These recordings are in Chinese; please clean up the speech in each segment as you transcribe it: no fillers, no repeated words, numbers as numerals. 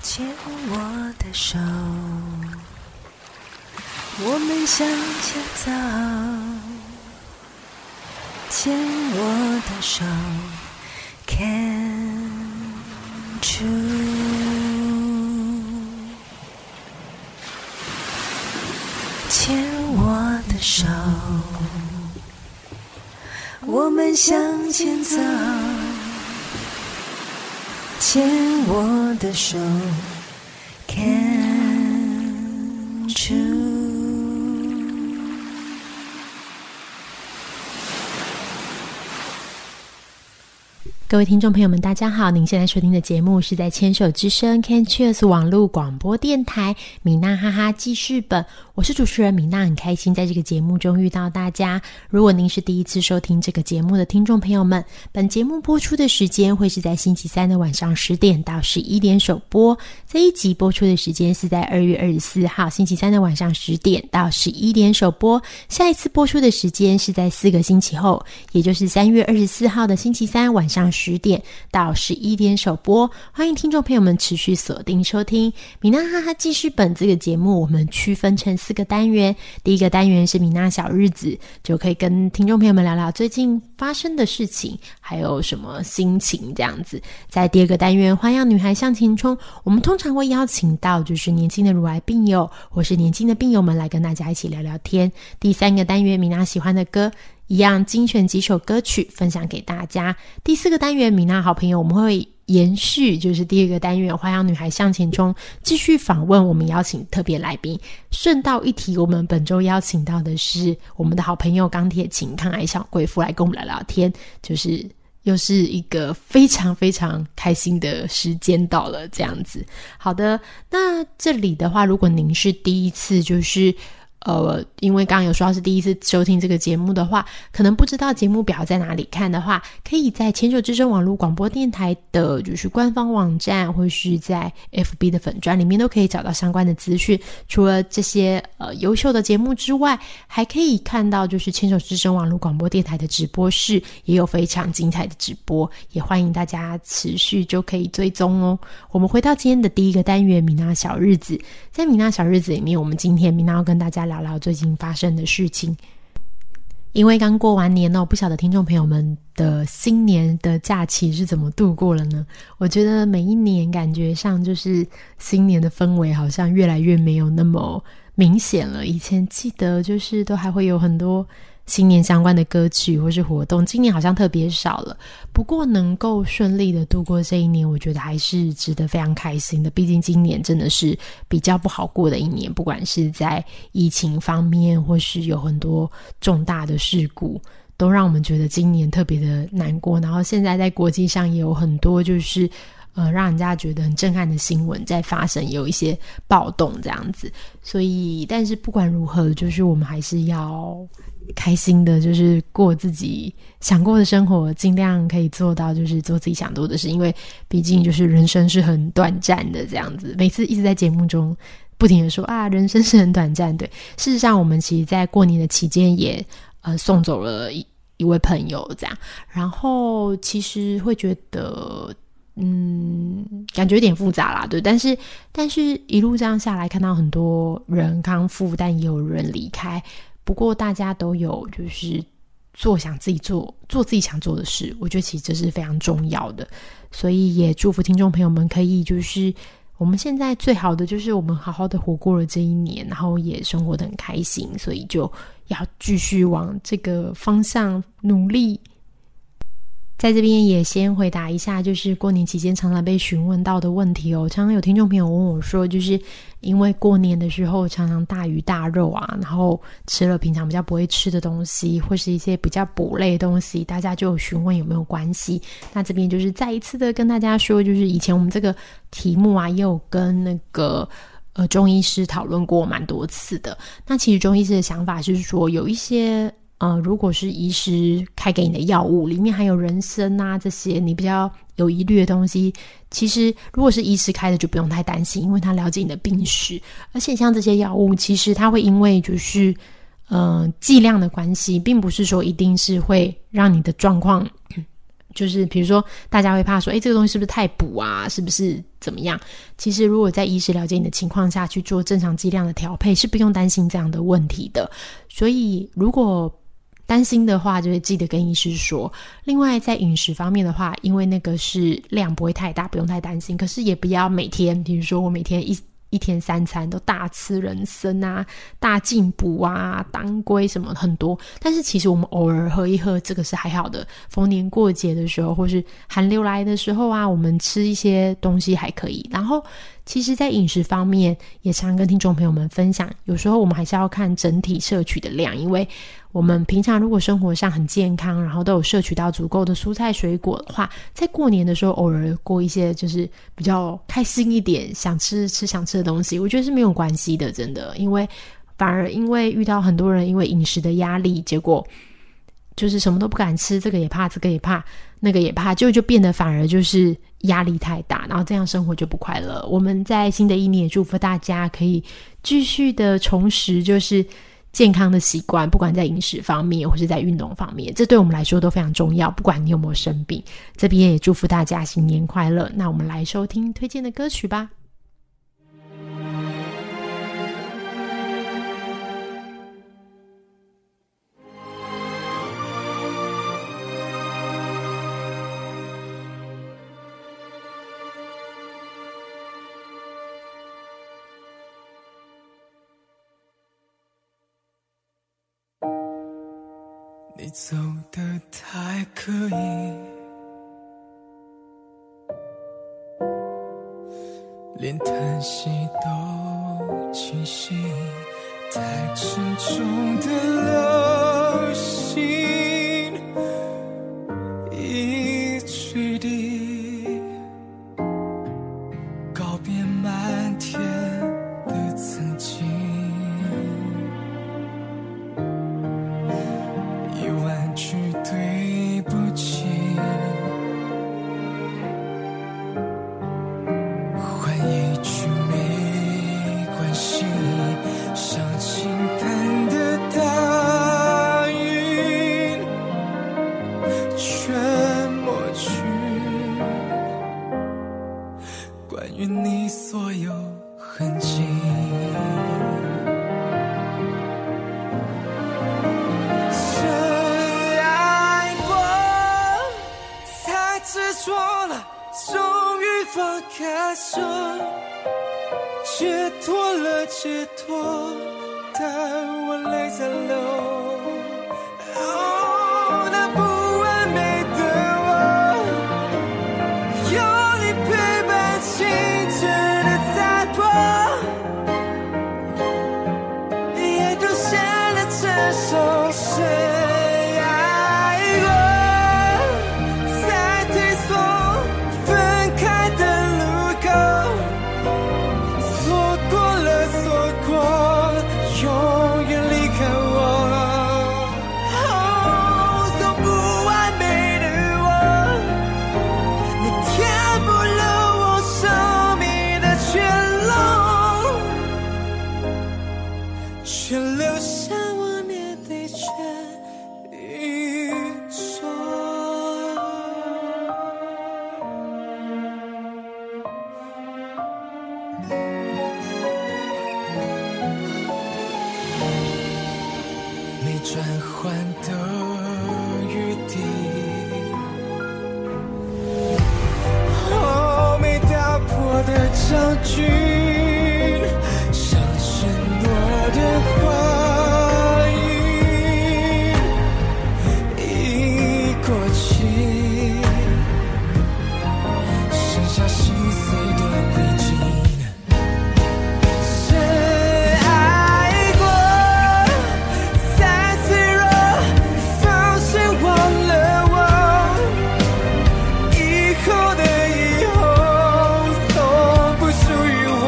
牵我的手，我们向前走，牵我的手 Can true， 牵我的手，我们向前走，牵我的手 Can true。 各位听众朋友们大家好，您现在收听的节目是在牵手之声 Can Cheers 网络广播电台米娜哈哈记事本，我是主持人米娜，很开心在这个节目中遇到大家。如果您是第一次收听这个节目的听众朋友们，本节目播出的时间会是在星期三的晚上10点到11点首播，这一集播出的时间是在2月24号星期三的晚上10点到11点首播，下一次播出的时间是在4个星期后，也就是3月24号的星期三晚上10点到11点首播。欢迎听众朋友们持续锁定收听米娜哈哈记事本这个节目，我们区分成4个单元。第一个单元是米娜小日子，就可以跟听众朋友们聊聊最近发生的事情，还有什么心情这样子。在第二个单元花样女孩向前冲，我们通常会邀请到就是年轻的乳癌病友或是年轻的病友们来跟大家一起聊聊天。第三个单元米娜喜欢的歌，一样精选几首歌曲分享给大家。第4个单元米娜好朋友，我们会延续就是第2个单元花样女孩向前冲，继续访问我们邀请特别来宾。顺道一提，我们本周邀请到的是我们的好朋友钢铁琴抗癌小贵妇来跟我们聊聊天，就是又是一个非常非常开心的时间到了这样子。好的，那这里的话，如果您是第一次就是因为刚刚有说到是第一次收听这个节目的话，可能不知道节目表在哪里看的话，可以在牵手之声网络广播电台的就是官方网站，或是在 FB 的粉专里面都可以找到相关的资讯。除了这些优秀的节目之外，还可以看到就是牵手之声网络广播电台的直播室也有非常精彩的直播，也欢迎大家持续就可以追踪哦。我们回到今天的第1个单元米娜小日子，在米娜小日子里面，我们今天米娜要跟大家聊聊最近发生的事情。因为刚过完年哦，不晓得听众朋友们的新年的假期是怎么度过了呢？我觉得每一年感觉上就是新年的氛围好像越来越没有那么明显了。以前记得就是都还会有很多新年相关的歌曲或是活动，今年好像特别少了。不过能够顺利的度过这一年，我觉得还是值得非常开心的。毕竟今年真的是比较不好过的一年，不管是在疫情方面，或是有很多重大的事故，都让我们觉得今年特别的难过。然后现在在国际上也有很多就是让人家觉得很震撼的新闻在发生，有一些暴动这样子。所以但是不管如何，就是我们还是要开心的就是过自己想过的生活，尽量可以做到就是做自己想做的事，因为毕竟就是人生是很短暂的这样子。每次一直在节目中不停的说人生是很短暂，对，事实上我们其实在过年的期间也送走了一位朋友这样，然后其实会觉得感觉有点复杂啦，对，但是一路这样下来，看到很多人康复，但也有人离开。不过大家都有就是做自己想做的事，我觉得其实这是非常重要的。所以也祝福听众朋友们可以就是我们现在最好的就是我们好好的活过了这一年，然后也生活得很开心，所以就要继续往这个方向努力。在这边也先回答一下就是过年期间常常被询问到的问题哦。常常有听众朋友问我说，就是因为过年的时候常常大鱼大肉然后吃了平常比较不会吃的东西，或是一些比较补类的东西，大家就有询问有没有关系。那这边就是再一次的跟大家说，就是以前我们这个题目也有跟那个中医师讨论过蛮多次的。那其实中医师的想法是说，有一些如果是医师开给你的药物里面含有人参这些你比较有疑虑的东西，其实如果是医师开的就不用太担心，因为他了解你的病史。而且像这些药物其实它会因为就是剂量的关系，并不是说一定是会让你的状况就是比如说大家会怕说这个东西是不是太补啊，是不是怎么样，其实如果在医师了解你的情况下去做正常剂量的调配，是不用担心这样的问题的。所以如果担心的话，就会记得跟医师说。另外在饮食方面的话，因为那个是量不会太大，不用太担心，可是也不要每天，比如说我每天一天3餐都大吃人参啊，大进补啊，当归什么很多，但是其实我们偶尔喝一喝，这个是还好的。逢年过节的时候，或是寒流来的时候啊，我们吃一些东西还可以。然后其实在饮食方面也常跟听众朋友们分享，有时候我们还是要看整体摄取的量，因为我们平常如果生活上很健康，然后都有摄取到足够的蔬菜水果的话，在过年的时候偶尔过一些就是比较开心一点，想吃的东西，我觉得是没有关系的，真的。因为反而因为遇到很多人因为饮食的压力，结果就是什么都不敢吃，这个也怕，这个也怕，那个也怕，就变得反而就是压力太大，然后这样生活就不快乐。我们在新的一年也祝福大家可以继续的重拾就是健康的习惯，不管在饮食方面或是在运动方面，这对我们来说都非常重要，不管你有没有生病。这边也祝福大家新年快乐。那我们来收听推荐的歌曲吧。 你走得太刻意，连叹息都清晰，太沉重的流星已坠地，告别漫天的曾经，一万句对不起，换一句没关系，像倾盆的大雨全抹去关于你所有痕迹。深爱过太执着了，终于放开手，解脱了解脱，但我泪在流。哦，那不完美的我，有你陪伴，清澈的洒脱，也兑现了这首深爱过，才退缩分开的路口，错过了错过，永远离开我。哦，从不完美的我，你填补了我生命的缺漏，却留下我面对全宇宙。没转换的余地，哦，没打破的障距，像承诺的话语已过期，剩下细碎的轨迹。深爱过再脆弱，放心忘了我，以后的以后从不属于我。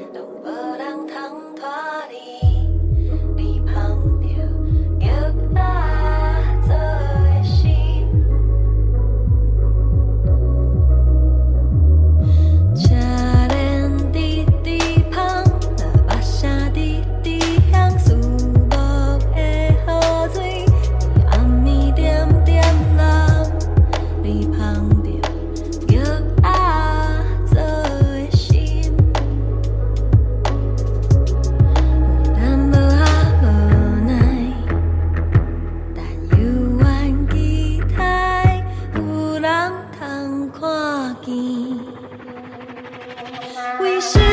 拢无人通拖你，你捧着玉仔做的心。车轮直直捧，若目声直直响，树木的雨水，暗暝点点蓝，你捧着玉仔做的心。但无下无奈，但犹原期待有人通看见。为什